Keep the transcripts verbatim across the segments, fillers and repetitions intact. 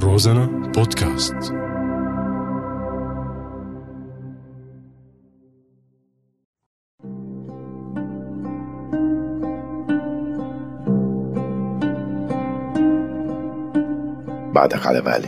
روزانا بودكاست. بعدك على بالي.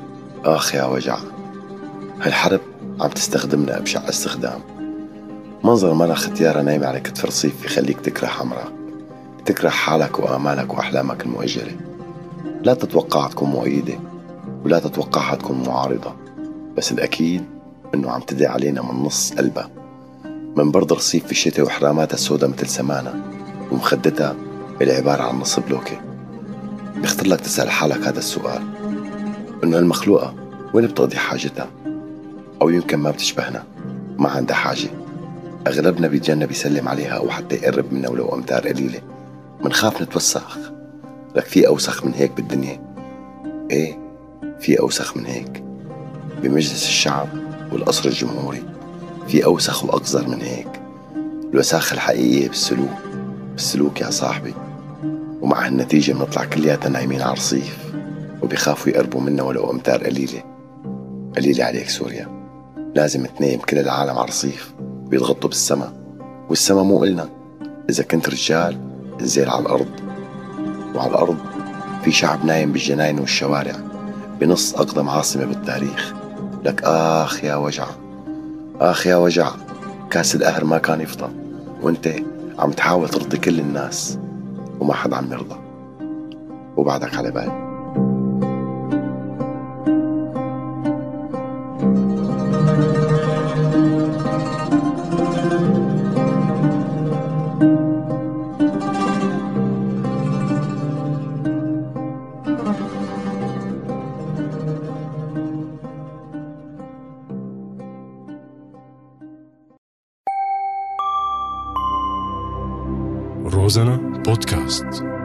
آخ يا وجع، هالحرب عم تستخدمنا أبشع استخدام. منظر مرة ختيارة نايمة على كتف رصيف يخليك تكره عمرك، تكره حالك وآمالك وأحلامك المؤجلة. لا تتوقع تكون مؤيدة ولا تتوقعها تكون معارضة، بس الأكيد إنه عم تدعي علينا من نص قلبها، من برد رصيف في الشتاء وحراماتها السوداء مثل سمانة ومخدتها اللي عبارة عن نص بلوكة. بيخطر لك تسأل حالك هذا السؤال، إنه المخلوقة وين بتقضي حاجتها؟ أو يمكن ما بتشبهنا، ما عندها حاجة. أغلبنا بيتجنب يسلم عليها أو حتى يقرب منها ولو أمتار قليلة، منخاف نتوسخ. لك في أوسخ من هيك بالدنيا؟ إيه، في أوسخ من هيك بمجلس الشعب والقصر الجمهوري. في أوسخ وأقذر من هيك، الوساخة الحقيقية بالسلوك بالسلوك يا صاحبي. ومع هالنتيجة بنطلع كلياتنا نايمين على رصيف وبيخافوا يقربوا منا ولو أمتار قليلة. قليلة عليك سوريا، لازم تنيم كل العالم على رصيف بيضغطوا بالسما، والسما مو إلنا. إذا كنت رجال انزل على الأرض، وعلى الأرض في شعب نايم بالجناين والشوارع بنص أقدم عاصمة بالتاريخ. لك آخ يا وجع، آخ يا وجع، كاس القهر ما كان يفضى وانت عم تحاول ترضي كل الناس وما حد عم يرضى. وبعدك على بالي. روزانا بودكاست.